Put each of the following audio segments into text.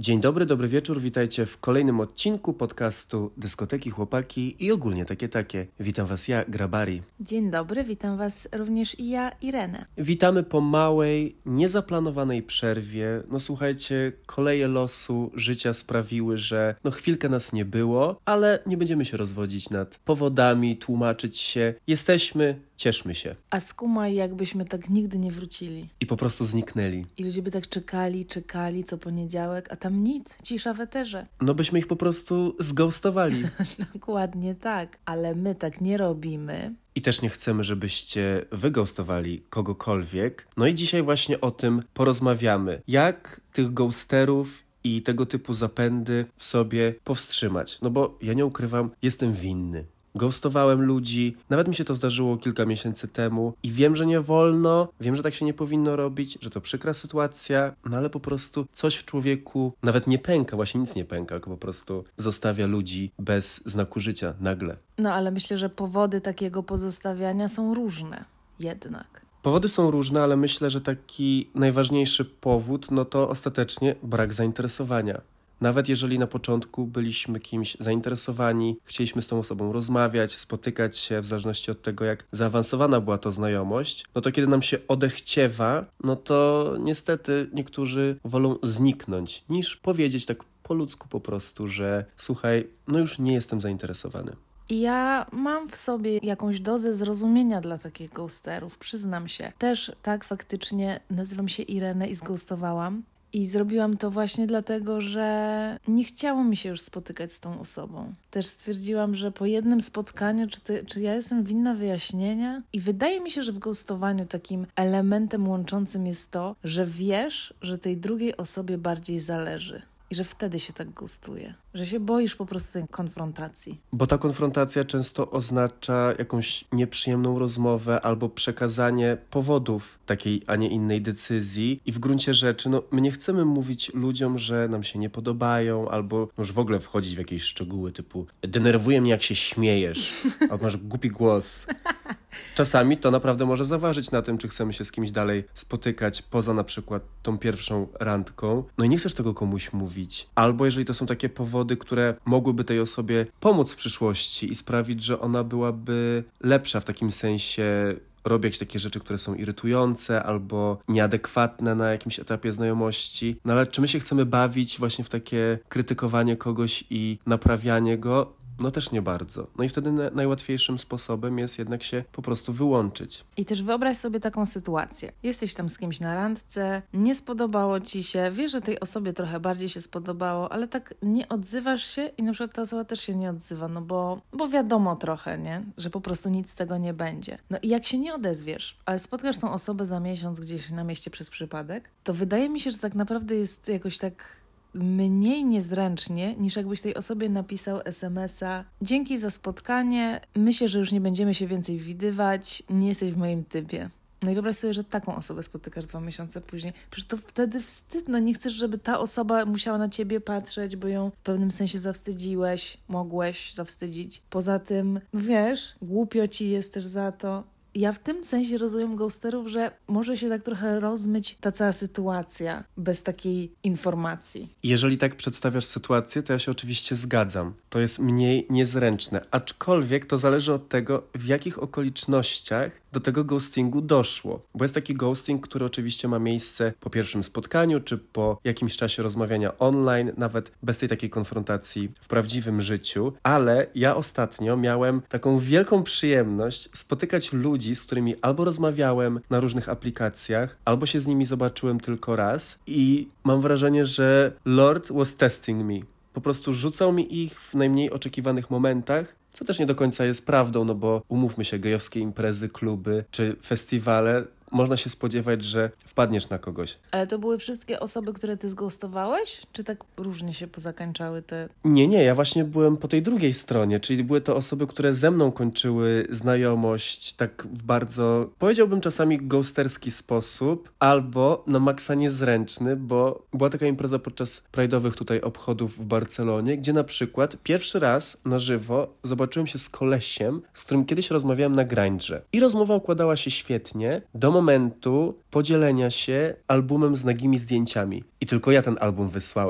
Dzień dobry, dobry wieczór, witajcie w kolejnym odcinku podcastu Dyskoteki Chłopaki i ogólnie takie. Witam was ja, Grabari. Dzień dobry, witam was również i ja, Irene. Witamy po małej, niezaplanowanej przerwie. Słuchajcie, koleje losu życia sprawiły, że chwilkę nas nie było, ale nie będziemy się rozwodzić nad powodami, tłumaczyć się. Jesteśmy, cieszmy się. A skumaj, jakbyśmy tak nigdy nie wrócili. I po prostu zniknęli. I ludzie by tak czekali co poniedziałek, a tam nic, cisza w eterze. Byśmy ich po prostu zghostowali. Dokładnie tak, ale my tak nie robimy. I też nie chcemy, żebyście wyghostowali kogokolwiek. I dzisiaj właśnie o tym porozmawiamy. Jak tych ghosterów i tego typu zapędy w sobie powstrzymać? Bo ja nie ukrywam, jestem winny. Ghostowałem ludzi, nawet mi się to zdarzyło kilka miesięcy temu i wiem, że nie wolno, wiem, że tak się nie powinno robić, że to przykra sytuacja, ale po prostu coś w człowieku nawet nie pęka, właśnie nic nie pęka, tylko po prostu zostawia ludzi bez znaku życia nagle. Ale myślę, że powody takiego pozostawiania są różne jednak. Powody są różne, ale myślę, że taki najważniejszy powód, to ostatecznie brak zainteresowania. Nawet jeżeli na początku byliśmy kimś zainteresowani, chcieliśmy z tą osobą rozmawiać, spotykać się, w zależności od tego, jak zaawansowana była to znajomość, to kiedy nam się odechciewa, to niestety niektórzy wolą zniknąć, niż powiedzieć tak po ludzku po prostu, że słuchaj, już nie jestem zainteresowany. Ja mam w sobie jakąś dozę zrozumienia dla takich ghosterów, przyznam się. Też tak faktycznie nazywam się Irene i zghostowałam. I zrobiłam to właśnie dlatego, że nie chciało mi się już spotykać z tą osobą. Też stwierdziłam, że po jednym spotkaniu, czy ja jestem winna wyjaśnienia? I wydaje mi się, że w ghostowaniu takim elementem łączącym jest to, że wiesz, że tej drugiej osobie bardziej zależy. I że wtedy się tak ghostuje. Że się boisz po prostu tej konfrontacji. Bo ta konfrontacja często oznacza jakąś nieprzyjemną rozmowę albo przekazanie powodów takiej, a nie innej decyzji. I w gruncie rzeczy, my nie chcemy mówić ludziom, że nam się nie podobają albo już w ogóle wchodzić w jakieś szczegóły typu denerwuje mnie, jak się śmiejesz, albo masz głupi głos. Czasami to naprawdę może zaważyć na tym, czy chcemy się z kimś dalej spotykać poza na przykład tą pierwszą randką. I nie chcesz tego komuś mówić. Albo jeżeli to są takie powody, które mogłyby tej osobie pomóc w przyszłości i sprawić, że ona byłaby lepsza w takim sensie, robi jakieś takie rzeczy, które są irytujące albo nieadekwatne na jakimś etapie znajomości. Ale czy my się chcemy bawić właśnie w takie krytykowanie kogoś i naprawianie go? Też nie bardzo. I wtedy najłatwiejszym sposobem jest jednak się po prostu wyłączyć. I też wyobraź sobie taką sytuację. Jesteś tam z kimś na randce, nie spodobało ci się, wiesz, że tej osobie trochę bardziej się spodobało, ale tak nie odzywasz się i na przykład ta osoba też się nie odzywa, bo wiadomo trochę, nie? Że po prostu nic z tego nie będzie. I jak się nie odezwiesz, ale spotkasz tą osobę za miesiąc gdzieś na mieście przez przypadek, to wydaje mi się, że tak naprawdę jest jakoś tak mniej niezręcznie, niż jakbyś tej osobie napisał SMS-a: dzięki za spotkanie, myślę, że już nie będziemy się więcej widywać, nie jesteś w moim typie. I wyobraź sobie, że taką osobę spotykasz 2 miesiące później. Przecież to wtedy wstyd, nie chcesz, żeby ta osoba musiała na ciebie patrzeć, bo ją w pewnym sensie zawstydziłeś, mogłeś zawstydzić. Poza tym, wiesz, głupio ci jest też za to. Ja w tym sensie rozumiem ghosterów, że może się tak trochę rozmyć ta cała sytuacja bez takiej informacji. Jeżeli tak przedstawiasz sytuację, to ja się oczywiście zgadzam. To jest mniej niezręczne, aczkolwiek to zależy od tego, w jakich okolicznościach do tego ghostingu doszło. Bo jest taki ghosting, który oczywiście ma miejsce po pierwszym spotkaniu, czy po jakimś czasie rozmawiania online, nawet bez tej takiej konfrontacji w prawdziwym życiu. Ale ja ostatnio miałem taką wielką przyjemność spotykać ludzi, z którymi albo rozmawiałem na różnych aplikacjach, albo się z nimi zobaczyłem tylko raz i mam wrażenie, że Lord was testing me. Po prostu rzucał mi ich w najmniej oczekiwanych momentach, co też nie do końca jest prawdą, bo umówmy się, gejowskie imprezy, kluby czy festiwale, można się spodziewać, że wpadniesz na kogoś. Ale to były wszystkie osoby, które ty zghostowałeś? Czy tak różnie się pozakańczały te... Nie, ja właśnie byłem po tej drugiej stronie, czyli były to osoby, które ze mną kończyły znajomość tak w bardzo, powiedziałbym czasami ghosterski sposób, albo na maksa niezręczny, bo była taka impreza podczas pride'owych tutaj obchodów w Barcelonie, gdzie na przykład pierwszy raz na żywo zobaczyłem się z kolesiem, z którym kiedyś rozmawiałem na Grindrze. I rozmowa układała się świetnie do momentu podzielenia się albumem z nagimi zdjęciami. I tylko ja ten album wysłałem.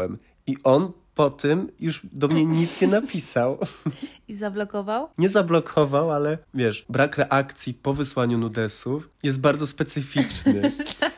I on po tym już do mnie nic nie napisał. I zablokował? Nie zablokował, ale wiesz, brak reakcji po wysłaniu nudesów jest bardzo specyficzny.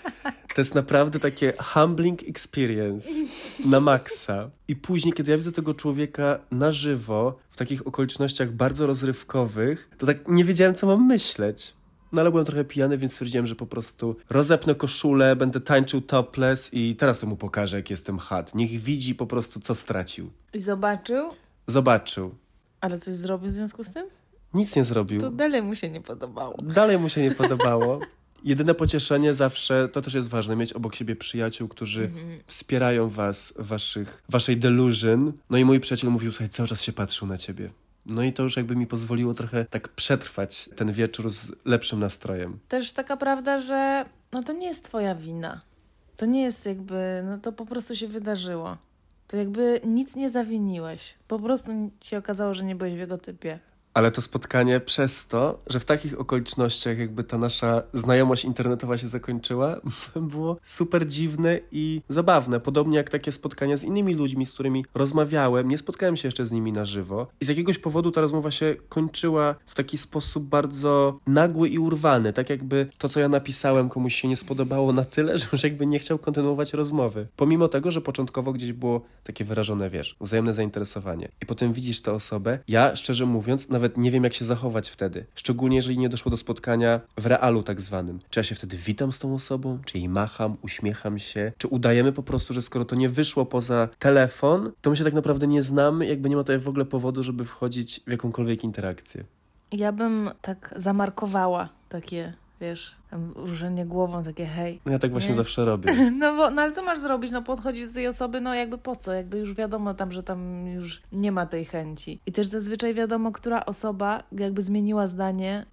To jest naprawdę takie humbling experience na maksa. I później, kiedy ja widzę tego człowieka na żywo, w takich okolicznościach bardzo rozrywkowych, to tak nie wiedziałem, co mam myśleć. No ale byłem trochę pijany, więc stwierdziłem, że po prostu rozepnę koszulę, będę tańczył topless i teraz to mu pokażę, jak jestem hot. Niech widzi po prostu, co stracił. I zobaczył? Zobaczył. Ale coś zrobił w związku z tym? Nic nie zrobił. To dalej mu się nie podobało. Dalej mu się nie podobało. Jedyne pocieszenie zawsze, to też jest ważne, mieć obok siebie przyjaciół, którzy wspierają was w waszej delusion. No i mój przyjaciel mówił, słuchaj, cały czas się patrzył na ciebie. No i to już jakby mi pozwoliło trochę tak przetrwać ten wieczór z lepszym nastrojem. Też taka prawda, że no to nie jest twoja wina. To nie jest jakby, no to po prostu się wydarzyło. To jakby nic nie zawiniłeś. Po prostu się okazało, że nie byłeś w jego typie. Ale to spotkanie przez to, że w takich okolicznościach jakby ta nasza znajomość internetowa się zakończyła, było super dziwne i zabawne. Podobnie jak takie spotkania z innymi ludźmi, z którymi rozmawiałem, nie spotkałem się jeszcze z nimi na żywo. I z jakiegoś powodu ta rozmowa się kończyła w taki sposób bardzo nagły i urwany. Tak jakby to, co ja napisałem, komuś się nie spodobało na tyle, że już jakby nie chciał kontynuować rozmowy. Pomimo tego, że początkowo gdzieś było takie wyrażone, wiesz, wzajemne zainteresowanie. I potem widzisz tę osobę. Ja, szczerze mówiąc, nawet nie wiem, jak się zachować wtedy. Szczególnie, jeżeli nie doszło do spotkania w realu tak zwanym. Czy ja się wtedy witam z tą osobą? Czy jej macham, uśmiecham się? Czy udajemy po prostu, że skoro to nie wyszło poza telefon, to my się tak naprawdę nie znamy, jakby nie ma tutaj w ogóle powodu, żeby wchodzić w jakąkolwiek interakcję. Ja bym tak zamarkowała takie, wiesz, tam ruszenie głową, takie hej. Ja tak właśnie zawsze robię. No ale co masz zrobić? No podchodzić do tej osoby, no jakby po co? Jakby już wiadomo tam, że tam już nie ma tej chęci. I też zazwyczaj wiadomo, która osoba jakby zmieniła zdanie,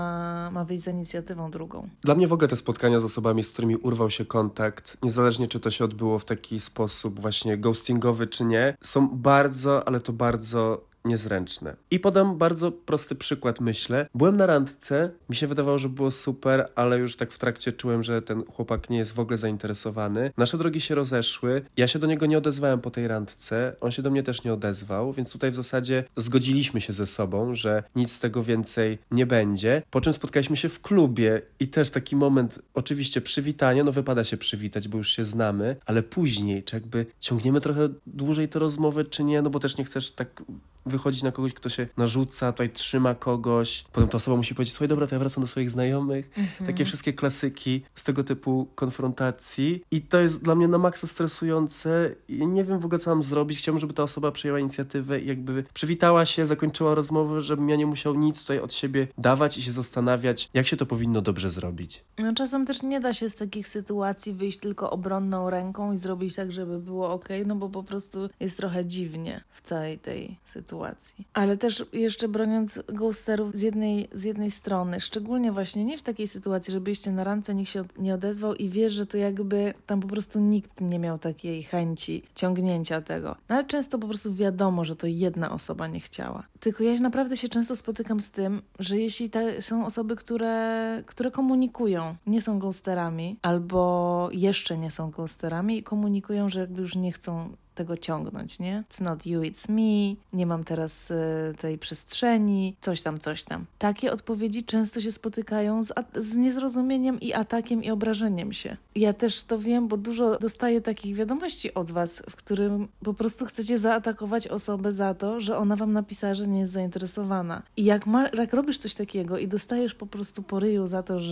ma wyjść z inicjatywą drugą. Dla mnie w ogóle te spotkania z osobami, z którymi urwał się kontakt, niezależnie czy to się odbyło w taki sposób właśnie ghostingowy czy nie, są bardzo, ale to bardzo niezręczne. I podam bardzo prosty przykład, myślę. Byłem na randce, mi się wydawało, że było super, ale już tak w trakcie czułem, że ten chłopak nie jest w ogóle zainteresowany. Nasze drogi się rozeszły. Ja się do niego nie odezwałem po tej randce, on się do mnie też nie odezwał, więc tutaj w zasadzie zgodziliśmy się ze sobą, że nic z tego więcej nie będzie. Po czym spotkaliśmy się w klubie i też taki moment, oczywiście przywitanie, no wypada się przywitać, bo już się znamy, ale później, czy jakby ciągniemy trochę dłużej tę rozmowę, czy nie, no bo też nie chcesz tak wychodzić na kogoś, kto się narzuca, tutaj trzyma kogoś, potem ta osoba musi powiedzieć, słuchaj, dobra, to ja wracam do swoich znajomych. Takie wszystkie klasyki z tego typu konfrontacji i to jest dla mnie na maksa stresujące i nie wiem w ogóle, co mam zrobić. Chciałbym, żeby ta osoba przejęła inicjatywę i jakby przywitała się, zakończyła rozmowę, żebym ja nie musiał nic tutaj od siebie dawać i się zastanawiać, jak się to powinno dobrze zrobić. No czasem też nie da się z takich sytuacji wyjść tylko obronną ręką i zrobić tak, żeby było okej, no bo po prostu jest trochę dziwnie w całej tej sytuacji. Ale też jeszcze broniąc ghosterów z jednej strony, szczególnie właśnie nie w takiej sytuacji, że byliście na randce, nikt się nie odezwał i wiesz, że to jakby tam po prostu nikt nie miał takiej chęci ciągnięcia tego. No ale często po prostu wiadomo, że to jedna osoba nie chciała. Tylko ja naprawdę się często spotykam z tym, że jeśli są osoby, które komunikują, nie są ghosterami albo jeszcze nie są ghosterami i komunikują, że jakby już nie chcą tego ciągnąć, nie? It's not you, it's me, nie mam teraz tej przestrzeni, coś tam. Takie odpowiedzi często się spotykają z niezrozumieniem i atakiem i obrażeniem się. Ja też to wiem, bo dużo dostaję takich wiadomości od was, w którym po prostu chcecie zaatakować osobę za to, że ona wam napisała, że nie jest zainteresowana. I jak robisz coś takiego i dostajesz po prostu po ryju za to,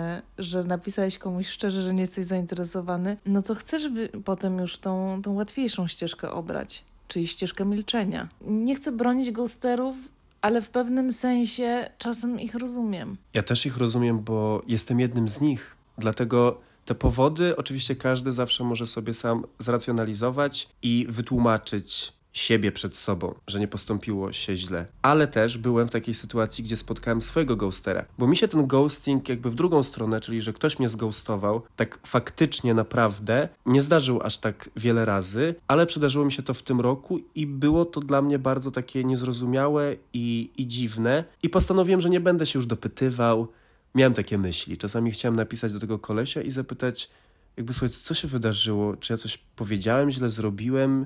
że napisałeś komuś szczerze, że nie jesteś zainteresowany, no to chcesz potem już tą łatwiejszą ścieżkę obrać, czyli ścieżkę milczenia. Nie chcę bronić ghosterów, ale w pewnym sensie czasem ich rozumiem. Ja też ich rozumiem, bo jestem jednym z nich. Dlatego te powody oczywiście każdy zawsze może sobie sam zracjonalizować i wytłumaczyć siebie przed sobą, że nie postąpiło się źle. Ale też byłem w takiej sytuacji, gdzie spotkałem swojego ghostera. Bo mi się ten ghosting jakby w drugą stronę, czyli że ktoś mnie zghostował, tak faktycznie naprawdę nie zdarzył aż tak wiele razy, ale przydarzyło mi się to w tym roku i było to dla mnie bardzo takie niezrozumiałe i dziwne. I postanowiłem, że nie będę się już dopytywał. Miałem takie myśli. Czasami chciałem napisać do tego kolesia i zapytać, jakby słuchaj, co się wydarzyło? Czy ja coś powiedziałem, źle zrobiłem?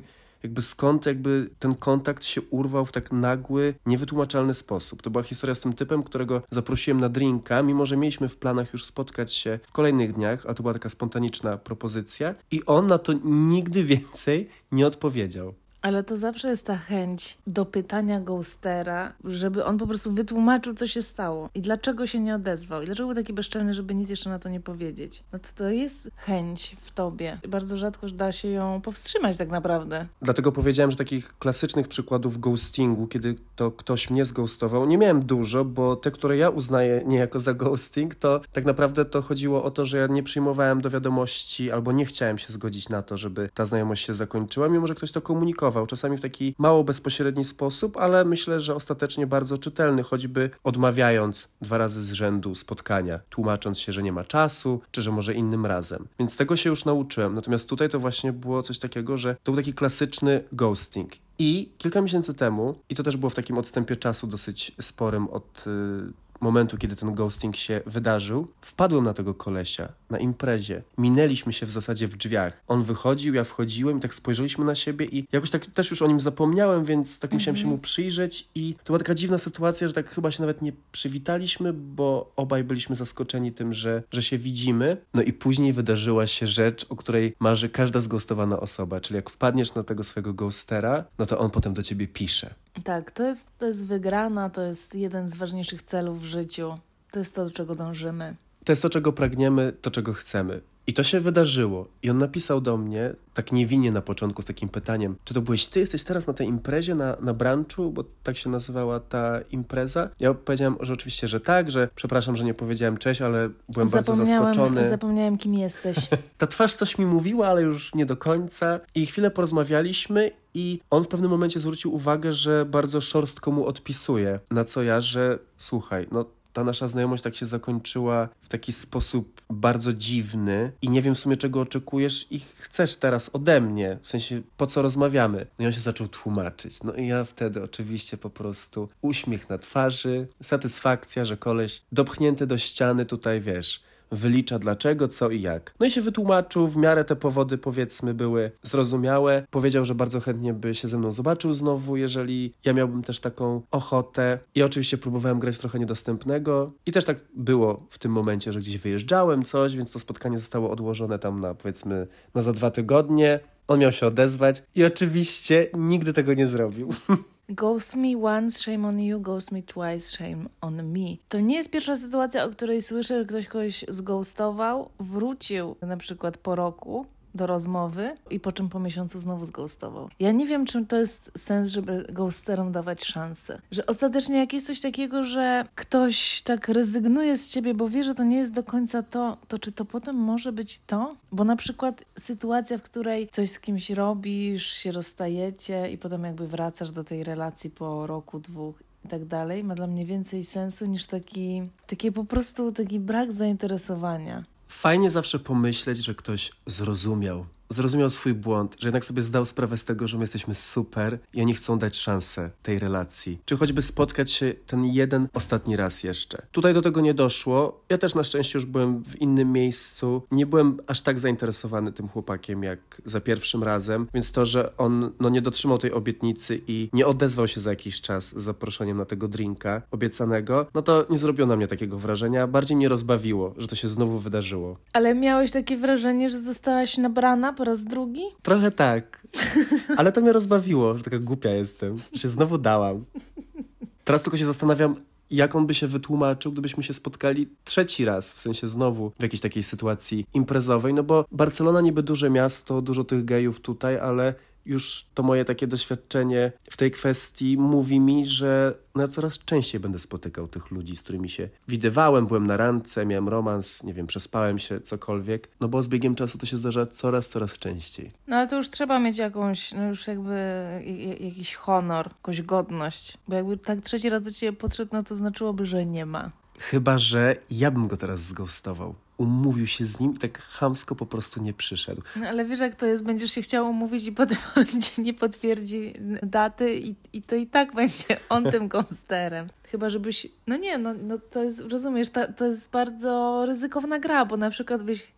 jakby skąd jakby ten kontakt się urwał w tak nagły, niewytłumaczalny sposób. To była historia z tym typem, którego zaprosiłem na drinka, mimo że mieliśmy w planach już spotkać się w kolejnych dniach, a to była taka spontaniczna propozycja i on na to nigdy więcej nie odpowiedział. Ale to zawsze jest ta chęć do pytania ghostera, żeby on po prostu wytłumaczył, co się stało i dlaczego się nie odezwał i dlaczego był taki bezczelny, żeby nic jeszcze na to nie powiedzieć. No to jest chęć w tobie. Bardzo rzadko da się ją powstrzymać tak naprawdę. Dlatego powiedziałem, że takich klasycznych przykładów ghostingu, kiedy to ktoś mnie zghostował, nie miałem dużo, bo te, które ja uznaję niejako za ghosting, to tak naprawdę to chodziło o to, że ja nie przyjmowałem do wiadomości albo nie chciałem się zgodzić na to, żeby ta znajomość się zakończyła, mimo że ktoś to komunikował. Czasami w taki mało bezpośredni sposób, ale myślę, że ostatecznie bardzo czytelny, choćby odmawiając 2 razy z rzędu spotkania, tłumacząc się, że nie ma czasu, czy że może innym razem. Więc tego się już nauczyłem. Natomiast tutaj to właśnie było coś takiego, że to był taki klasyczny ghosting. I kilka miesięcy temu, i to też było w takim odstępie czasu dosyć sporym od momentu, kiedy ten ghosting się wydarzył, wpadłem na tego kolesia na imprezie. Minęliśmy się w zasadzie w drzwiach. On wychodził, ja wchodziłem i tak spojrzeliśmy na siebie i jakoś tak też już o nim zapomniałem, więc tak musiałem się mu przyjrzeć i to była taka dziwna sytuacja, że tak chyba się nawet nie przywitaliśmy, bo obaj byliśmy zaskoczeni tym, że się widzimy. No i później wydarzyła się rzecz, o której marzy każda zghostowana osoba, czyli jak wpadniesz na tego swojego ghostera, no to on potem do ciebie pisze. Tak, to jest wygrana, to jest jeden z ważniejszych celów w życiu. To jest to, do czego dążymy. To jest to, czego pragniemy, to, czego chcemy. I to się wydarzyło. I on napisał do mnie, tak niewinnie na początku, z takim pytaniem, czy to byłeś ty, jesteś teraz na tej imprezie, na brunchu, bo tak się nazywała ta impreza. Ja powiedziałem, że oczywiście, że tak, że przepraszam, że nie powiedziałem cześć, ale byłem bardzo zaskoczony. Zapomniałem, kim jesteś. Ta twarz coś mi mówiła, ale już nie do końca. I chwilę porozmawialiśmy i on w pewnym momencie zwrócił uwagę, że bardzo szorstko mu odpisuje. Na co ja, że słuchaj, no ta nasza znajomość tak się zakończyła w taki sposób bardzo dziwny i nie wiem w sumie, czego oczekujesz i chcesz teraz ode mnie, w sensie po co rozmawiamy. No i on się zaczął tłumaczyć. No i ja wtedy oczywiście po prostu uśmiech na twarzy, satysfakcja, że koleś dopchnięty do ściany tutaj, wiesz, wylicza dlaczego, co i jak. No i się wytłumaczył, w miarę te powody powiedzmy były zrozumiałe. Powiedział, że bardzo chętnie by się ze mną zobaczył znowu, jeżeli ja miałbym też taką ochotę. I oczywiście próbowałem grać trochę niedostępnego i też tak było w tym momencie, że gdzieś wyjeżdżałem coś, więc to spotkanie zostało odłożone tam na powiedzmy na za 2 tygodnie. On miał się odezwać i oczywiście nigdy tego nie zrobił. Ghost me once, shame on you, ghost me twice, shame on me. To nie jest pierwsza sytuacja, o której słyszę, że ktoś kogoś zghostował, wrócił na przykład po roku do rozmowy i po czym po miesiącu znowu zghostował. Ja nie wiem, czym to jest sens, żeby ghosterom dawać szansę. Że ostatecznie jak jest coś takiego, że ktoś tak rezygnuje z ciebie, bo wie, że to nie jest do końca to czy to potem może być to? Bo na przykład sytuacja, w której coś z kimś robisz, się rozstajecie i potem jakby wracasz do tej relacji po roku, 2 i tak dalej, ma dla mnie więcej sensu niż taki po prostu taki brak zainteresowania. Fajnie zawsze pomyśleć, że ktoś zrozumiał swój błąd, że jednak sobie zdał sprawę z tego, że my jesteśmy super i oni chcą dać szansę tej relacji. Czy choćby spotkać się ten jeden ostatni raz jeszcze. Tutaj do tego nie doszło. Ja też na szczęście już byłem w innym miejscu. Nie byłem aż tak zainteresowany tym chłopakiem jak za pierwszym razem, więc to, że on nie dotrzymał tej obietnicy i nie odezwał się za jakiś czas z zaproszeniem na tego drinka obiecanego, no to nie zrobiło na mnie takiego wrażenia. Bardziej mnie rozbawiło, że to się znowu wydarzyło. Ale miałeś takie wrażenie, że zostałaś nabrana po raz drugi? Trochę tak. Ale to mnie rozbawiło, że taka głupia jestem, że się znowu dałam. Teraz tylko się zastanawiam, jak on by się wytłumaczył, gdybyśmy się spotkali 3. raz, w sensie znowu w jakiejś takiej sytuacji imprezowej, no bo Barcelona niby duże miasto, dużo tych gejów tutaj, ale już to moje takie doświadczenie w tej kwestii mówi mi, że ja coraz częściej będę spotykał tych ludzi, z którymi się widywałem, byłem na randce, miałem romans, nie wiem, przespałem się, cokolwiek, no bo z biegiem czasu to się zdarza coraz częściej. No ale to już trzeba mieć jakąś, już jakby jakiś honor, jakąś godność, bo jakby tak 3. raz do ciebie podszedł, no to znaczyłoby, że nie ma. Chyba że ja bym go teraz zghostował. Umówił się z nim i tak chamsko po prostu nie przyszedł. No ale wiesz jak to jest, będziesz się chciał umówić i potem on ci nie potwierdzi daty i to i tak będzie on tym ghosterem. Chyba żebyś, no to jest, rozumiesz, to jest bardzo ryzykowna gra, bo na przykład byś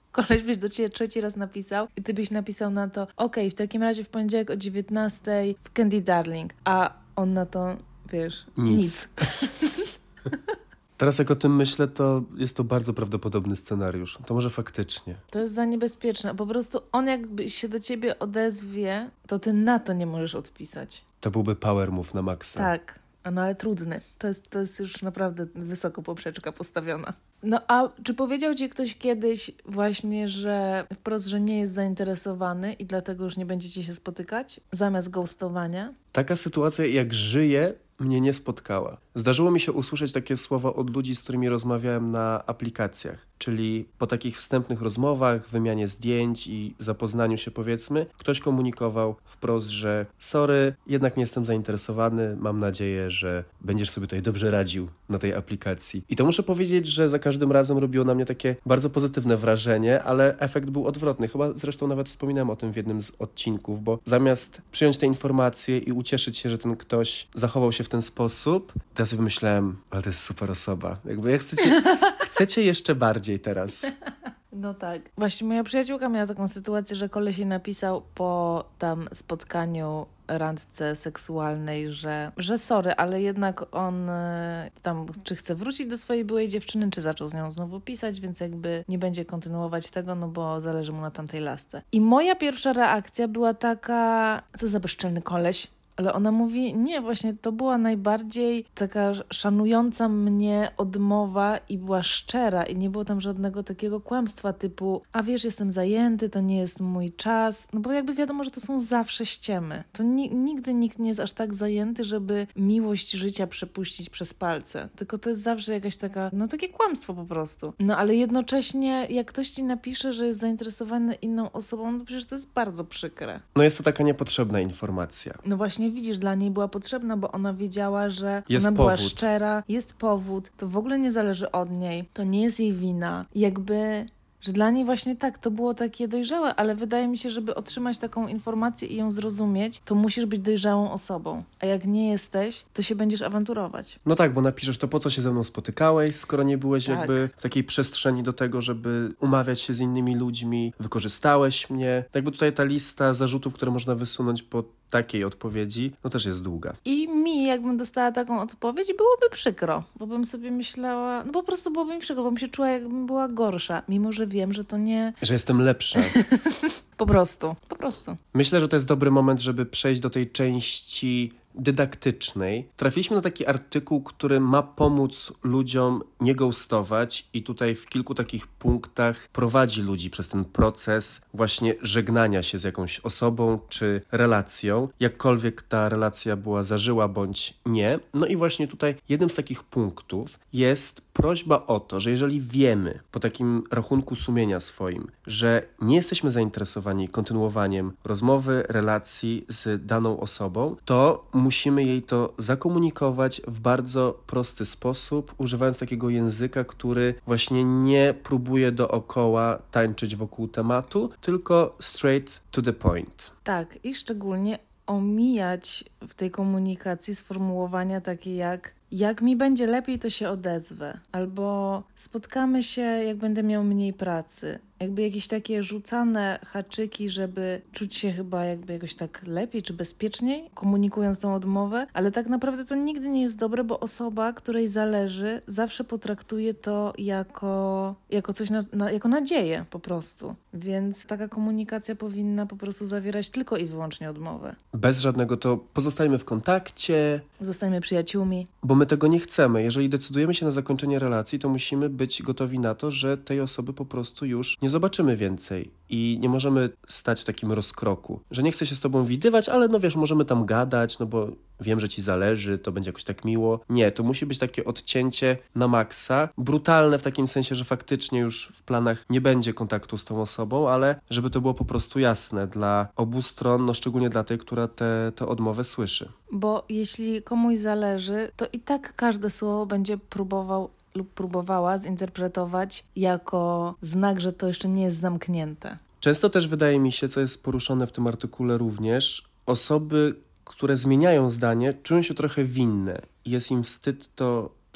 koleś byś do ciebie 3 raz napisał i ty byś napisał na to, okej, w takim razie w poniedziałek o 19:00 w Candy Darling, a on na to, wiesz, nic. Teraz jak o tym myślę, to jest to bardzo prawdopodobny scenariusz. To może faktycznie. To jest za niebezpieczne. Po prostu on jakby się do ciebie odezwie, to ty na to nie możesz odpisać. To byłby power move na maksa. Tak, no ale trudny. To jest już naprawdę wysoko poprzeczka postawiona. No a czy powiedział ci ktoś kiedyś właśnie, że wprost, że nie jest zainteresowany i dlatego już nie będziecie się spotykać? Zamiast ghostowania? Taka sytuacja jak żyję mnie nie spotkała. Zdarzyło mi się usłyszeć takie słowa od ludzi, z którymi rozmawiałem na aplikacjach, czyli po takich wstępnych rozmowach, wymianie zdjęć i zapoznaniu się powiedzmy, ktoś komunikował wprost, że sorry, jednak nie jestem zainteresowany, mam nadzieję, że będziesz sobie tutaj dobrze radził na tej aplikacji. I to muszę powiedzieć, że za każdym razem robiło na mnie takie bardzo pozytywne wrażenie, ale efekt był odwrotny. Chyba zresztą nawet wspominałem o tym w jednym z odcinków, bo zamiast przyjąć te informacje i ucieszyć się, że ten ktoś zachował się w ten sposób, to ja sobie myślałem, ale to jest super osoba. Jakby ja chcecie jeszcze bardziej teraz. No tak. Właśnie moja przyjaciółka miała taką sytuację, że koleś jej napisał po tam spotkaniu, randce seksualnej, że sorry, ale jednak on tam czy chce wrócić do swojej byłej dziewczyny, czy zaczął z nią znowu pisać, więc jakby nie będzie kontynuować tego, no bo zależy mu na tamtej lasce. I moja pierwsza reakcja była taka, co za bezczelny koleś. Ale ona mówi, nie, właśnie to była najbardziej taka szanująca mnie odmowa i była szczera i nie było tam żadnego takiego kłamstwa typu, a wiesz, jestem zajęty, to nie jest mój czas. No bo jakby wiadomo, że to są zawsze ściemy. To nigdy nikt nie jest aż tak zajęty, żeby miłość życia przepuścić przez palce. Tylko to jest zawsze jakaś taka, no takie kłamstwo po prostu. No ale jednocześnie jak ktoś ci napisze, że jest zainteresowany inną osobą, no to przecież to jest bardzo przykre. No jest to taka niepotrzebna informacja. No właśnie widzisz, dla niej była potrzebna, bo ona wiedziała, że jest ona powód. Była szczera, jest powód, to w ogóle nie zależy od niej, to nie jest jej wina. Jakby, że dla niej właśnie tak, to było takie dojrzałe, ale wydaje mi się, żeby otrzymać taką informację i ją zrozumieć, to musisz być dojrzałą osobą. A jak nie jesteś, to się będziesz awanturować. No tak, bo napiszesz, to po co się ze mną spotykałeś, skoro nie byłeś tak. jakby w takiej przestrzeni do tego, żeby umawiać się z innymi ludźmi, wykorzystałeś mnie. Jakby tutaj ta lista zarzutów, które można wysunąć po takiej odpowiedzi, no też jest długa. I mi, jakbym dostała taką odpowiedź, byłoby przykro, bo bym sobie myślała, no po prostu byłoby mi przykro, bo bym się czuła, jakbym była gorsza, mimo że wiem, że to nie... Że jestem lepsza. Po prostu. Myślę, że to jest dobry moment, żeby przejść do tej części dydaktycznej. Trafiliśmy na taki artykuł, który ma pomóc ludziom nie ghostować i tutaj w kilku takich punktach prowadzi ludzi przez ten proces właśnie żegnania się z jakąś osobą czy relacją, jakkolwiek ta relacja była zażyła bądź nie. No i właśnie tutaj jednym z takich punktów jest prośba o to, że jeżeli wiemy po takim rachunku sumienia swoim, że nie jesteśmy zainteresowani kontynuowaniem rozmowy, relacji z daną osobą, to musimy jej to zakomunikować w bardzo prosty sposób, używając takiego języka, który właśnie nie próbuje dookoła tańczyć wokół tematu, tylko straight to the point. Tak, i szczególnie omijać w tej komunikacji sformułowania takie jak mi będzie lepiej, to się odezwę. Albo spotkamy się, jak będę miał mniej pracy. Jakby jakieś takie rzucane haczyki, żeby czuć się chyba jakby jakoś tak lepiej czy bezpieczniej, komunikując tą odmowę, ale tak naprawdę to nigdy nie jest dobre, bo osoba, której zależy, zawsze potraktuje to jako coś, jako nadzieję po prostu. Więc taka komunikacja powinna po prostu zawierać tylko i wyłącznie odmowę. Bez żadnego to pozostajmy w kontakcie. Zostajmy przyjaciółmi. Bo my tego nie chcemy. Jeżeli decydujemy się na zakończenie relacji, to musimy być gotowi na to, że tej osoby po prostu już nie zobaczymy więcej i nie możemy stać w takim rozkroku, że nie chcę się z tobą widywać, ale no wiesz, możemy tam gadać, no bo wiem, że ci zależy, to będzie jakoś tak miło. Nie, to musi być takie odcięcie na maksa, brutalne w takim sensie, że faktycznie już w planach nie będzie kontaktu z tą osobą, ale żeby to było po prostu jasne dla obu stron, no szczególnie dla tej, która tę odmowę słyszy. Bo jeśli komuś zależy, to i tak każde słowo będzie próbował lub próbowała zinterpretować jako znak, że to jeszcze nie jest zamknięte. Często też wydaje mi się, co jest poruszone w tym artykule również, osoby, które zmieniają zdanie, czują się trochę winne i jest im wstyd to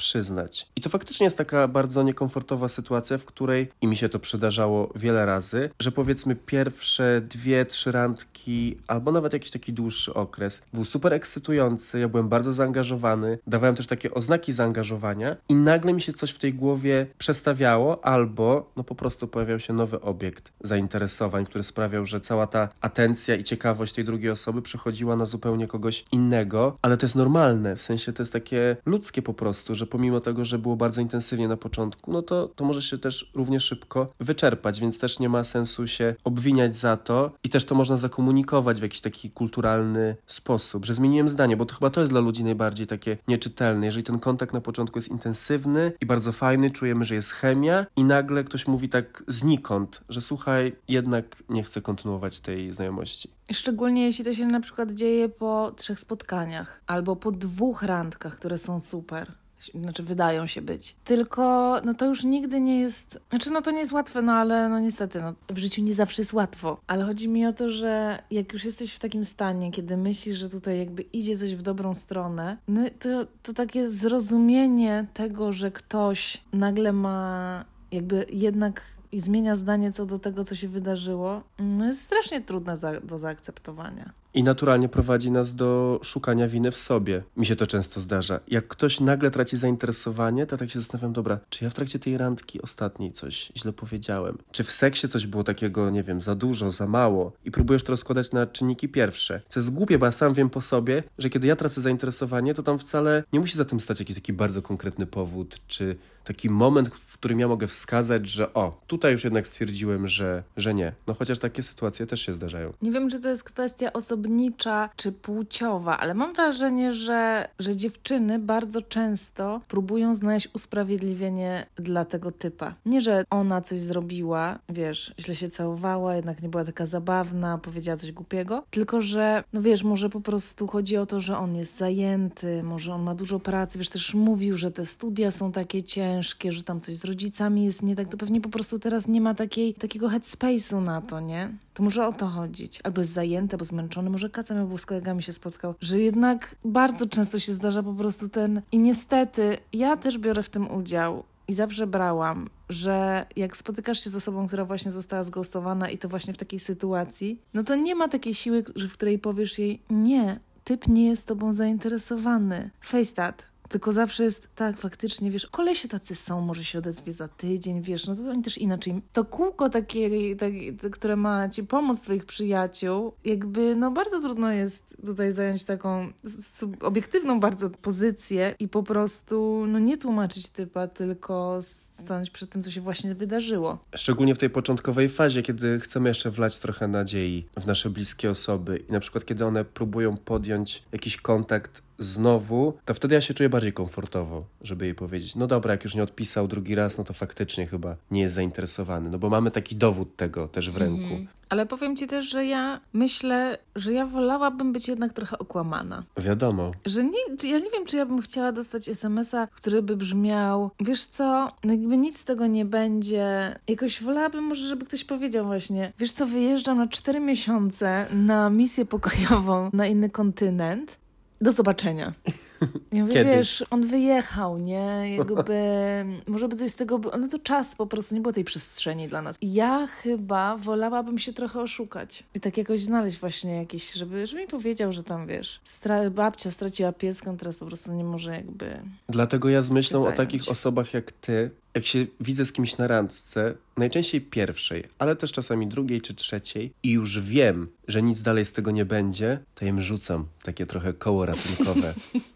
przyznać. I to faktycznie jest taka bardzo niekomfortowa sytuacja, w której, i mi się to przydarzało wiele razy, że powiedzmy pierwsze 2-3 randki, albo nawet jakiś taki dłuższy okres, był super ekscytujący, ja byłem bardzo zaangażowany, dawałem też takie oznaki zaangażowania i nagle mi się coś w tej głowie przestawiało, albo no po prostu pojawiał się nowy obiekt zainteresowań, który sprawiał, że cała ta atencja i ciekawość tej drugiej osoby przechodziła na zupełnie kogoś innego, ale to jest normalne, w sensie to jest takie ludzkie po prostu, że pomimo tego, że było bardzo intensywnie na początku, no to może się też równie szybko wyczerpać, więc też nie ma sensu się obwiniać za to i też to można zakomunikować w jakiś taki kulturalny sposób, że zmieniłem zdanie, bo to chyba to jest dla ludzi najbardziej takie nieczytelne. Jeżeli ten kontakt na początku jest intensywny i bardzo fajny, czujemy, że jest chemia i nagle ktoś mówi tak znikąd, że słuchaj, jednak nie chcę kontynuować tej znajomości. Szczególnie jeśli to się na przykład dzieje po 3 spotkaniach albo po 2 randkach, które są super. Znaczy wydają się być. Tylko no to już nigdy nie jest... Znaczy no to nie jest łatwe, no ale no niestety no, w życiu nie zawsze jest łatwo. Ale chodzi mi o to, że jak już jesteś w takim stanie, kiedy myślisz, że tutaj jakby idzie coś w dobrą stronę, no to takie zrozumienie tego, że ktoś nagle ma jakby jednak i zmienia zdanie co do tego, co się wydarzyło, no jest strasznie trudne do zaakceptowania. I naturalnie prowadzi nas do szukania winy w sobie. Mi się to często zdarza. Jak ktoś nagle traci zainteresowanie, to tak się zastanawiam, dobra, czy ja w trakcie tej randki ostatniej coś źle powiedziałem? Czy w seksie coś było takiego, nie wiem, za dużo, za mało? I próbujesz to rozkładać na czynniki pierwsze. Co jest głupie, bo ja sam wiem po sobie, że kiedy ja tracę zainteresowanie, to tam wcale nie musi za tym stać jakiś taki bardzo konkretny powód, czy taki moment, w którym ja mogę wskazać, że tutaj już jednak stwierdziłem, że nie. No chociaż takie sytuacje też się zdarzają. Nie wiem, czy to jest kwestia osobnicza, czy płciowa, ale mam wrażenie, że dziewczyny bardzo często próbują znaleźć usprawiedliwienie dla tego typa. Nie, że ona coś zrobiła, wiesz, źle się całowała, jednak nie była taka zabawna, powiedziała coś głupiego, tylko że, no wiesz, może po prostu chodzi o to, że on jest zajęty, może on ma dużo pracy, wiesz, też mówił, że te studia są takie ciężkie, że tam coś z rodzicami jest nie tak, to pewnie po prostu teraz nie ma takiego headspace'u na to, nie? To może o to chodzić. Albo jest zajęty, albo zmęczony, może kaca miał, bo z kolegami się spotkał, że jednak bardzo często się zdarza po prostu i niestety ja też biorę w tym udział i zawsze brałam, że jak spotykasz się z osobą, która właśnie została zghostowana i to właśnie w takiej sytuacji, no to nie ma takiej siły, w której powiesz jej, nie, typ nie jest tobą zainteresowany. Face that. Tylko zawsze jest tak, faktycznie, wiesz, kolesie tacy są, może się odezwie za tydzień, wiesz, no to oni też inaczej. To kółko takie, które ma ci pomóc twoich przyjaciół, jakby, no bardzo trudno jest tutaj zająć taką obiektywną bardzo pozycję i po prostu, no nie tłumaczyć typa, tylko stanąć przed tym, co się właśnie wydarzyło. Szczególnie w tej początkowej fazie, kiedy chcemy jeszcze wlać trochę nadziei w nasze bliskie osoby i na przykład, kiedy one próbują podjąć jakiś kontakt znowu, to wtedy ja się czuję bardziej komfortowo, żeby jej powiedzieć, no dobra, jak już nie odpisał drugi raz, no to faktycznie chyba nie jest zainteresowany, no bo mamy taki dowód tego też w ręku. Ale powiem ci też, że ja myślę, że ja wolałabym być jednak trochę okłamana. Wiadomo. Ja nie wiem, czy ja bym chciała dostać SMS-a, który by brzmiał, wiesz co, no jakby nic z tego nie będzie. Jakoś wolałabym może, żeby ktoś powiedział właśnie, wiesz co, wyjeżdżam na 4 miesiące na misję pokojową na inny kontynent. Do zobaczenia. Ja mówię, wiesz, on wyjechał, nie? Jakby, może by coś z tego... No to czas po prostu, nie było tej przestrzeni dla nas. Ja chyba wolałabym się trochę oszukać. I tak jakoś znaleźć właśnie jakiś, żeby mi powiedział, że tam, wiesz, babcia straciła pieska, teraz po prostu nie może jakby... Dlatego ja z myślą o takich osobach jak ty, jak się widzę z kimś na randce, najczęściej pierwszej, ale też czasami drugiej czy trzeciej i już wiem, że nic dalej z tego nie będzie, to im rzucam takie trochę koło ratunkowe.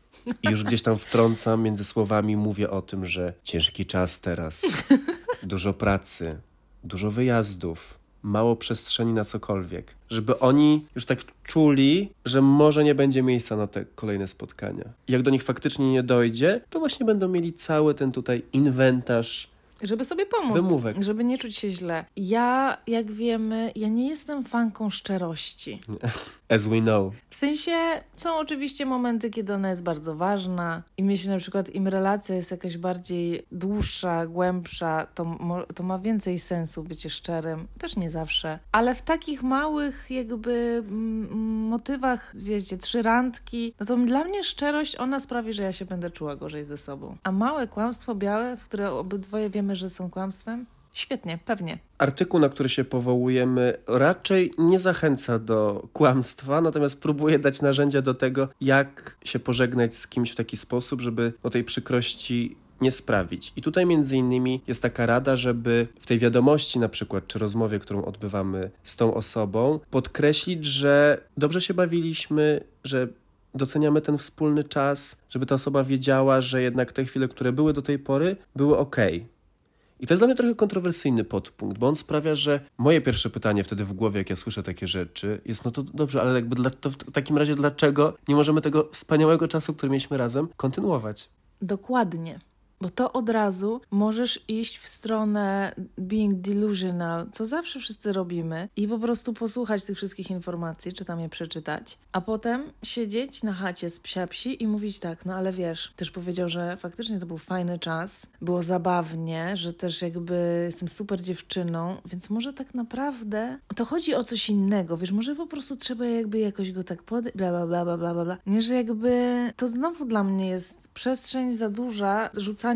I już gdzieś tam wtrącam między słowami, mówię o tym, że ciężki czas teraz, dużo pracy, dużo wyjazdów, mało przestrzeni na cokolwiek. Żeby oni już tak czuli, że może nie będzie miejsca na te kolejne spotkania. I jak do nich faktycznie nie dojdzie, to właśnie będą mieli cały ten tutaj inwentarz żeby sobie pomóc, wymówek. Żeby nie czuć się źle. Ja, jak wiemy, ja nie jestem fanką szczerości. As we know. W sensie są oczywiście momenty, kiedy ona jest bardzo ważna i myślę na przykład im relacja jest jakaś bardziej dłuższa, głębsza, to ma więcej sensu bycie szczerym. Też nie zawsze. Ale w takich małych jakby motywach, wiecie, 3 randki, no to dla mnie szczerość, ona sprawi, że ja się będę czuła gorzej ze sobą. A małe kłamstwo białe, w które obydwoje wiemy, że są kłamstwem, świetnie, pewnie. Artykuł, na który się powołujemy, raczej nie zachęca do kłamstwa, natomiast próbuje dać narzędzia do tego, jak się pożegnać z kimś w taki sposób, żeby o tej przykrości nie sprawić. I tutaj między innymi jest taka rada, żeby w tej wiadomości na przykład, czy rozmowie, którą odbywamy z tą osobą, podkreślić, że dobrze się bawiliśmy, że doceniamy ten wspólny czas, żeby ta osoba wiedziała, że jednak te chwile, które były do tej pory, były okej. I to jest dla mnie trochę kontrowersyjny podpunkt, bo on sprawia, że moje pierwsze pytanie wtedy w głowie, jak ja słyszę takie rzeczy, jest no to dobrze, ale jakby to w takim razie dlaczego nie możemy tego wspaniałego czasu, który mieliśmy razem, kontynuować? Dokładnie. Bo to od razu możesz iść w stronę being delusional, co zawsze wszyscy robimy, i po prostu posłuchać tych wszystkich informacji, czy tam je przeczytać, a potem siedzieć na chacie z psia-psi i mówić tak, no ale wiesz, też powiedział, że faktycznie to był fajny czas, było zabawnie, że też jakby jestem super dziewczyną, więc może tak naprawdę to chodzi o coś innego, wiesz, może po prostu trzeba jakby jakoś go tak bla bla bla bla bla bla. Nie, że jakby to znowu dla mnie jest przestrzeń za duża, rzucanie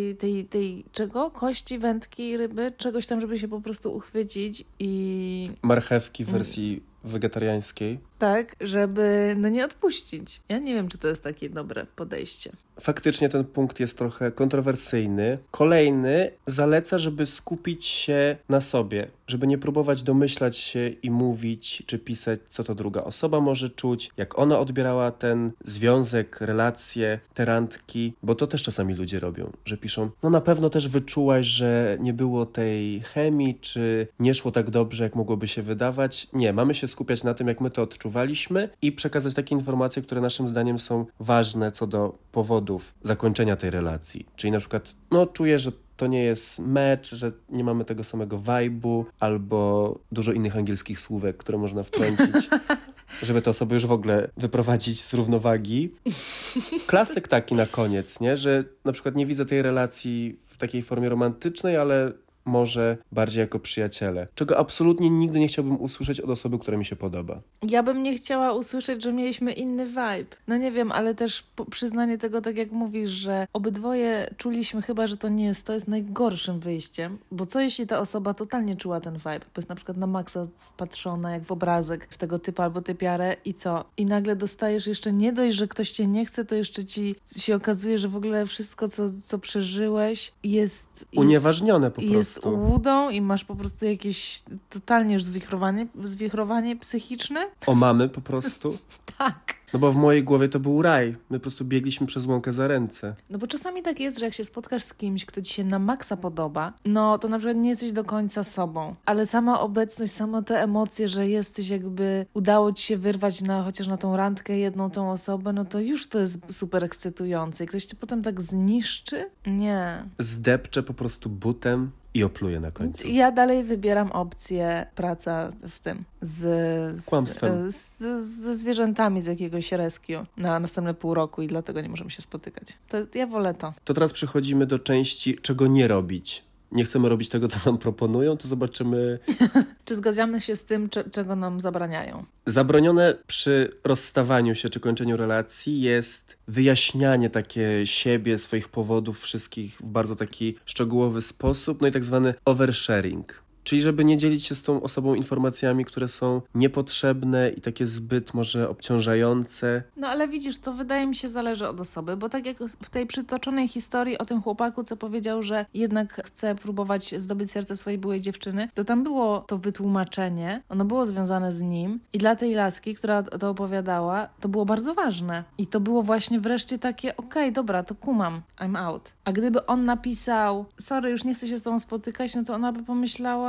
tej czego? Kości, wędki, ryby, czegoś tam, żeby się po prostu uchwycić i... Marchewki w wersji wegetariańskiej. Tak, żeby nie odpuścić. Ja nie wiem, czy to jest takie dobre podejście. Faktycznie ten punkt jest trochę kontrowersyjny. Kolejny zaleca, żeby skupić się na sobie, żeby nie próbować domyślać się i mówić, czy pisać, co to druga osoba może czuć, jak ona odbierała ten związek, relacje, te randki, bo to też czasami ludzie robią, że piszą, no na pewno też wyczułaś, że nie było tej chemii, czy nie szło tak dobrze, jak mogłoby się wydawać. Nie, mamy się skupiać na tym, jak my to odczuwaliśmy i przekazać takie informacje, które naszym zdaniem są ważne co do powodów zakończenia tej relacji. Czyli na przykład, no czuję, że to nie jest mecz, że nie mamy tego samego vibe'u, albo dużo innych angielskich słówek, które można wtrącić, żeby te osoby już w ogóle wyprowadzić z równowagi. Klasyk taki na koniec, nie? Że na przykład nie widzę tej relacji w takiej formie romantycznej, ale może bardziej jako przyjaciele. Czego absolutnie nigdy nie chciałbym usłyszeć od osoby, która mi się podoba. Ja bym nie chciała usłyszeć, że mieliśmy inny vibe. No nie wiem, ale też przyznanie tego, tak jak mówisz, że obydwoje czuliśmy chyba, że to jest najgorszym wyjściem. Bo co jeśli ta osoba totalnie czuła ten vibe? Bo jest na przykład na maksa wpatrzona jak w obrazek w tego typa albo typiarę i co? I nagle dostajesz jeszcze nie dość, że ktoś cię nie chce, to jeszcze ci się okazuje, że w ogóle wszystko, co przeżyłeś jest... unieważnione po prostu. Jest łudą i masz po prostu jakieś totalnie już zwichrowanie psychiczne. O mamy po prostu? Tak. No bo w mojej głowie to był raj. My po prostu biegliśmy przez łąkę za ręce. No bo czasami tak jest, że jak się spotkasz z kimś, kto ci się na maksa podoba, no to na przykład nie jesteś do końca sobą. Ale sama obecność, sama te emocje, że jesteś jakby, udało ci się wyrwać chociaż na tą randkę jedną tą osobę, no to już to jest super ekscytujące. I ktoś cię potem tak zniszczy? Nie. Zdepcze po prostu butem i opluje na końcu. Ja dalej wybieram opcję praca w tym kłamstwem. ze zwierzętami z jakiegoś rescue na następne pół roku i dlatego nie możemy się spotykać. To ja wolę to. To teraz przechodzimy do części, czego nie robić. Nie chcemy robić tego, co nam proponują, to zobaczymy... Czy zgadzamy się z tym, czego nam zabraniają? Zabronione przy rozstawaniu się czy kończeniu relacji jest wyjaśnianie takie siebie, swoich powodów wszystkich w bardzo taki szczegółowy sposób, no i tak zwany oversharing. Czyli żeby nie dzielić się z tą osobą informacjami, które są niepotrzebne i takie zbyt może obciążające. No ale widzisz, to wydaje mi się zależy od osoby, bo tak jak w tej przytoczonej historii o tym chłopaku, co powiedział, że jednak chce próbować zdobyć serce swojej byłej dziewczyny, to tam było to wytłumaczenie, ono było związane z nim i dla tej laski, która to opowiadała, to było bardzo ważne. I to było właśnie wreszcie takie, okej, dobra, to kumam, I'm out. A gdyby on napisał, sorry, już nie chcę się z tobą spotykać, no to ona by pomyślała,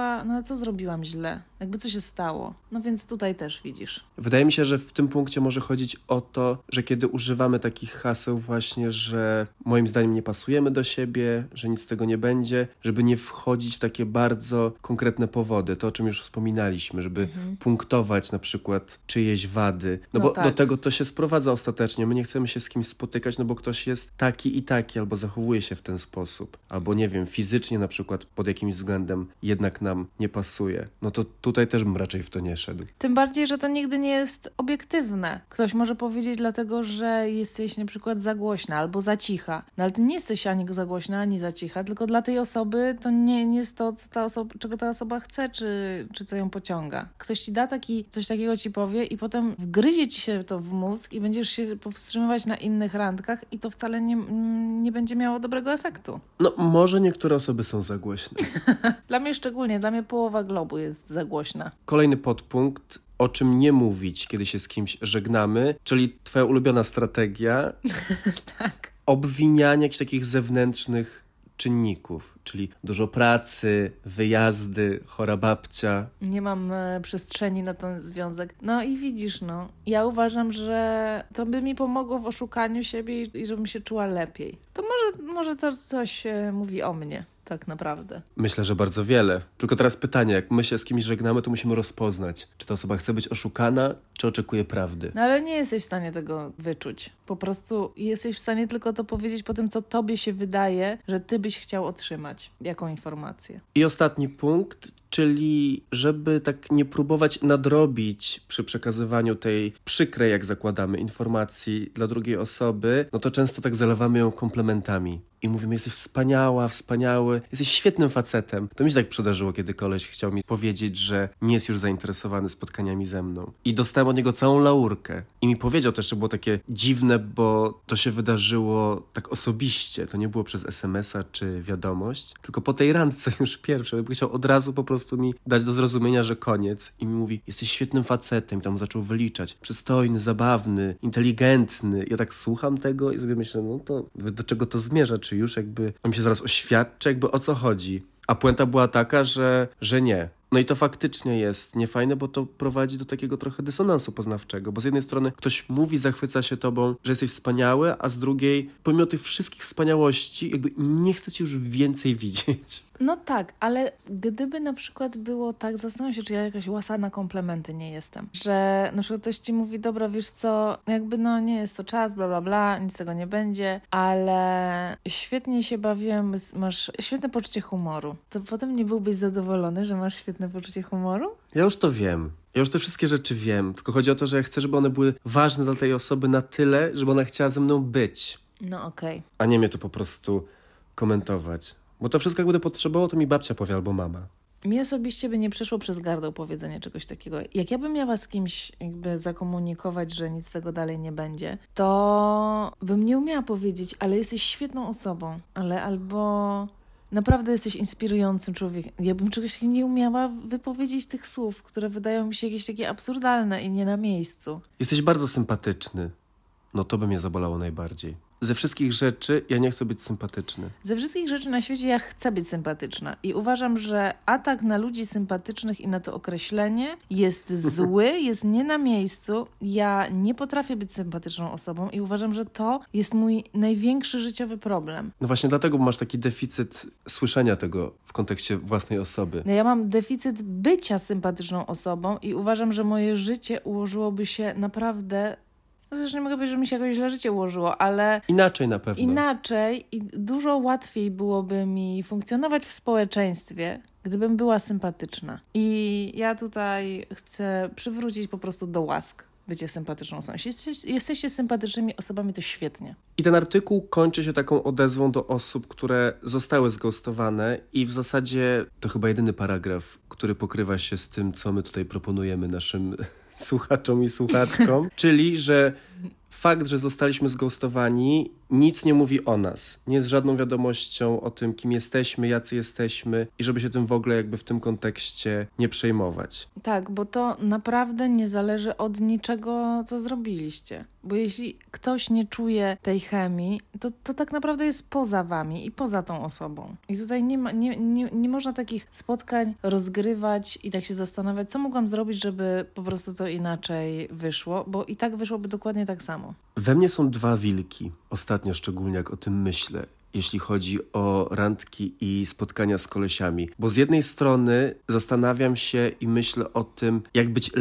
powiedziała, no a co zrobiłam źle? Jakby co się stało? No więc tutaj też widzisz. Wydaje mi się, że w tym punkcie może chodzić o to, że kiedy używamy takich haseł właśnie, że moim zdaniem nie pasujemy do siebie, że nic z tego nie będzie, żeby nie wchodzić w takie bardzo konkretne powody, to o czym już wspominaliśmy, żeby punktować na przykład czyjeś wady, no bo tak. do tego to się sprowadza ostatecznie. My nie chcemy się z kimś spotykać, no bo ktoś jest taki i taki, albo zachowuje się w ten sposób, albo nie wiem, fizycznie na przykład pod jakimś względem jednak nam nie pasuje. No to tutaj też bym raczej w to nie szedł. Tym bardziej, że to nigdy nie jest obiektywne. Ktoś może powiedzieć dlatego, że jesteś na przykład za głośna albo za cicha. No ale ty nie jesteś ani za głośna, ani za cicha, tylko dla tej osoby to nie jest to, czego ta osoba chce, czy co ją pociąga. Ktoś ci da coś takiego ci powie i potem wgryzie ci się to w mózg i będziesz się powstrzymywać na innych randkach i to wcale nie będzie miało dobrego efektu. No może niektóre osoby są za głośne. Dla mnie szczególnie, dla mnie połowa globu jest za głośna. Kolejny podpunkt, o czym nie mówić, kiedy się z kimś żegnamy, czyli twoja ulubiona strategia Tak. obwiniania jakichś takich zewnętrznych czynników, czyli dużo pracy, wyjazdy, chora babcia. Nie mam przestrzeni na ten związek. No i widzisz, no. Ja uważam, że to by mi pomogło w oszukaniu siebie i żebym się czuła lepiej. To może to coś mówi o mnie. Tak naprawdę. Myślę, że bardzo wiele. Tylko teraz pytanie, jak my się z kimś żegnamy, to musimy rozpoznać, czy ta osoba chce być oszukana, czy oczekuje prawdy. No ale nie jesteś w stanie tego wyczuć. Po prostu jesteś w stanie tylko to powiedzieć po tym, co tobie się wydaje, że ty byś chciał otrzymać. Jaką informację. I ostatni punkt, czyli żeby tak nie próbować nadrobić przy przekazywaniu tej przykrej, jak zakładamy, informacji dla drugiej osoby, no to często tak zalewamy ją komplementami. I mówimy, jesteś wspaniała, wspaniały, jesteś świetnym facetem. To mi się tak przydarzyło, kiedy koleś chciał mi powiedzieć, że nie jest już zainteresowany spotkaniami ze mną. I dostałem od niego całą laurkę. I mi powiedział też, że było takie dziwne, bo to się wydarzyło tak osobiście. To nie było przez SMS-a czy wiadomość, tylko po tej randce już pierwszej. Chciał od razu po prostu mi dać do zrozumienia, że koniec. I mi mówi, jesteś świetnym facetem. I tam zaczął wyliczać. Przystojny, zabawny, inteligentny. Ja tak słucham tego i sobie myślę, no to do czego to zmierza? Czy już jakby on mi się zaraz oświadczy, jakby o co chodzi. A puenta była taka, że nie. No i to faktycznie jest niefajne, bo to prowadzi do takiego trochę dysonansu poznawczego, bo z jednej strony ktoś mówi, zachwyca się tobą, że jesteś wspaniały, a z drugiej, pomimo tych wszystkich wspaniałości, jakby nie chce ci już więcej widzieć. No tak, ale gdyby na przykład było tak, zastanawiam się, czy ja jakaś łasa na komplementy nie jestem, że na przykład ktoś ci mówi, dobra, wiesz co, jakby no nie jest to czas, bla, bla, bla, nic z tego nie będzie, ale świetnie się bawiłem, masz świetne poczucie humoru. To potem nie byłbyś zadowolony, że masz świetne poczucie humoru? Ja już to wiem. Ja już te wszystkie rzeczy wiem, tylko chodzi o to, że ja chcę, żeby one były ważne dla tej osoby na tyle, żeby ona chciała ze mną być. No okej. A nie mnie to po prostu komentować. Bo to wszystko, jak będę potrzebował, to mi babcia powie albo mama. Mi osobiście by nie przeszło przez gardło powiedzenie czegoś takiego. Jak ja bym miała z kimś jakby zakomunikować, że nic z tego dalej nie będzie, to bym nie umiała powiedzieć, ale jesteś świetną osobą, albo naprawdę jesteś inspirującym człowiekiem. Ja bym czegoś takiego nie umiała wypowiedzieć tych słów, które wydają mi się jakieś takie absurdalne i nie na miejscu. Jesteś bardzo sympatyczny. No to by mnie zabolało najbardziej. Ze wszystkich rzeczy ja nie chcę być sympatyczny. Ze wszystkich rzeczy na świecie ja chcę być sympatyczna i uważam, że atak na ludzi sympatycznych i na to określenie jest zły, jest nie na miejscu. Ja nie potrafię być sympatyczną osobą i uważam, że to jest mój największy życiowy problem. No właśnie dlatego masz taki deficyt słyszenia tego w kontekście własnej osoby. No ja mam deficyt bycia sympatyczną osobą i uważam, że moje życie ułożyłoby się naprawdę... Zresztą nie mogę powiedzieć, że mi się jakoś źle życie ułożyło, ale... Inaczej na pewno. Inaczej i dużo łatwiej byłoby mi funkcjonować w społeczeństwie, gdybym była sympatyczna. I ja tutaj chcę przywrócić po prostu do łask bycie sympatyczną osobą. Jeśli jesteście sympatycznymi osobami, to świetnie. I ten artykuł kończy się taką odezwą do osób, które zostały zghostowane i w zasadzie to chyba jedyny paragraf, który pokrywa się z tym, co my tutaj proponujemy naszym słuchaczom i słuchaczkom, czyli, że Fakt, że zostaliśmy zghostowani, nic nie mówi o nas. Nie jest żadną wiadomością o tym, kim jesteśmy, jacy jesteśmy i żeby się tym w ogóle jakby w tym kontekście nie przejmować. Tak, bo to naprawdę nie zależy od niczego, co zrobiliście. Bo jeśli ktoś nie czuje tej chemii, to tak naprawdę jest poza wami i poza tą osobą. I tutaj nie można takich spotkań rozgrywać i tak się zastanawiać, co mogłam zrobić, żeby po prostu to inaczej wyszło, bo i tak wyszłoby dokładnie tak samo. We mnie są dwa wilki, ostatnio szczególnie jak o tym myślę, jeśli chodzi o randki i spotkania z kolesiami. Bo z jednej strony zastanawiam się i myślę o tym, jak być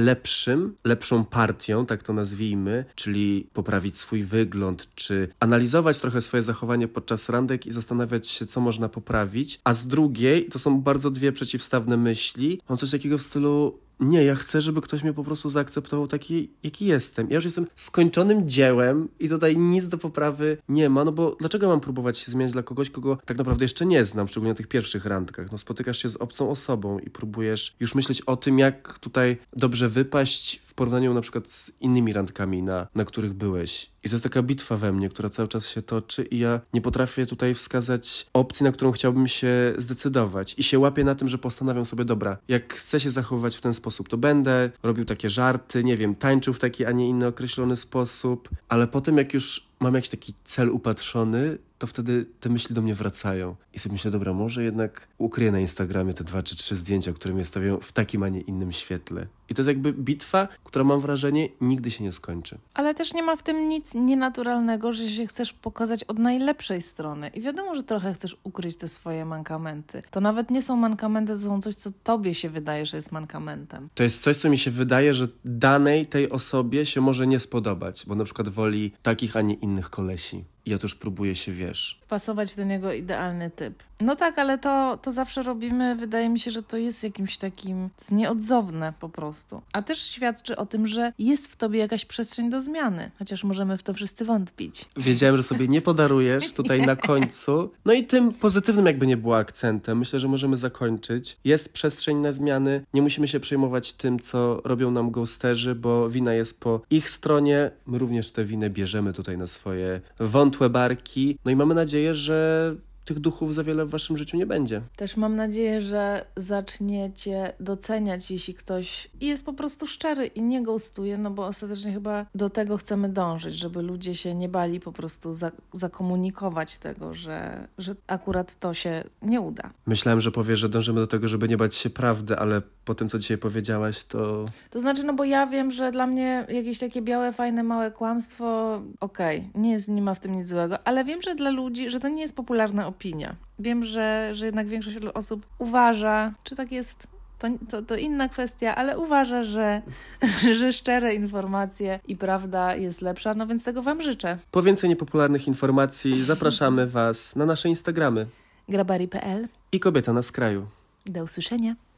lepszą partią, tak to nazwijmy, czyli poprawić swój wygląd, czy analizować trochę swoje zachowanie podczas randek i zastanawiać się, co można poprawić. A z drugiej, to są bardzo dwie przeciwstawne myśli, mam coś takiego w stylu: nie, ja chcę, żeby ktoś mnie po prostu zaakceptował taki, jaki jestem. Ja już jestem skończonym dziełem i tutaj nic do poprawy nie ma, no bo dlaczego mam próbować się zmieniać dla kogoś, kogo tak naprawdę jeszcze nie znam, szczególnie na tych pierwszych randkach. No spotykasz się z obcą osobą i próbujesz już myśleć o tym, jak tutaj dobrze wypaść w porównaniu na przykład z innymi randkami, na których byłeś. I to jest taka bitwa we mnie, która cały czas się toczy i ja nie potrafię tutaj wskazać opcji, na którą chciałbym się zdecydować. I się łapię na tym, że postanawiam sobie, dobra, jak chcę się zachowywać w ten sposób, to będę robił takie żarty, nie wiem, tańczył w taki, a nie inny określony sposób, ale potem jak już mam jakiś taki cel upatrzony, to wtedy te myśli do mnie wracają. I sobie myślę, dobra, może jednak ukryję na Instagramie te 2 czy 3 zdjęcia, które mnie stawiają w takim, a nie innym świetle. I to jest jakby bitwa, która, mam wrażenie, nigdy się nie skończy. Ale też nie ma w tym nic nienaturalnego, że się chcesz pokazać od najlepszej strony. I wiadomo, że trochę chcesz ukryć te swoje mankamenty. To nawet nie są mankamenty, to są coś, co tobie się wydaje, że jest mankamentem. To jest coś, co mi się wydaje, że danej tej osobie się może nie spodobać, bo na przykład woli takich, a nie innych kolesi. I ja też próbuję się, wpasować do niego idealny typ. No tak, ale to zawsze robimy, wydaje mi się, że to jest jakimś takim nieodzowne po prostu. A też świadczy o tym, że jest w tobie jakaś przestrzeń do zmiany, chociaż możemy w to wszyscy wątpić. Wiedziałem, że sobie nie podarujesz tutaj na końcu. No i tym pozytywnym jakby nie było akcentem. Myślę, że możemy zakończyć. Jest przestrzeń na zmiany. Nie musimy się przejmować tym, co robią nam ghosterzy, bo wina jest po ich stronie. My również tę winę bierzemy tutaj na swoje wątłe barki. No i mamy nadzieję, że tych duchów za wiele w waszym życiu nie będzie. Też mam nadzieję, że zaczniecie doceniać, jeśli ktoś jest po prostu szczery i nie ghostuje, no bo ostatecznie chyba do tego chcemy dążyć, żeby ludzie się nie bali po prostu zakomunikować tego, że akurat to się nie uda. Myślałem, że powiesz, że dążymy do tego, żeby nie bać się prawdy, ale po tym, co dzisiaj powiedziałaś, to... To znaczy, no bo ja wiem, że dla mnie jakieś takie białe, fajne, małe kłamstwo, okej, nie ma w tym nic złego, ale wiem, że dla ludzi, że to nie jest popularna opinia. Wiem, że jednak większość osób uważa, czy tak jest, to inna kwestia, ale uważa, że szczere informacje i prawda jest lepsza, no więc tego wam życzę. Po więcej niepopularnych informacji zapraszamy was na nasze Instagramy. Grabari.pl i Kobieta na skraju. Do usłyszenia.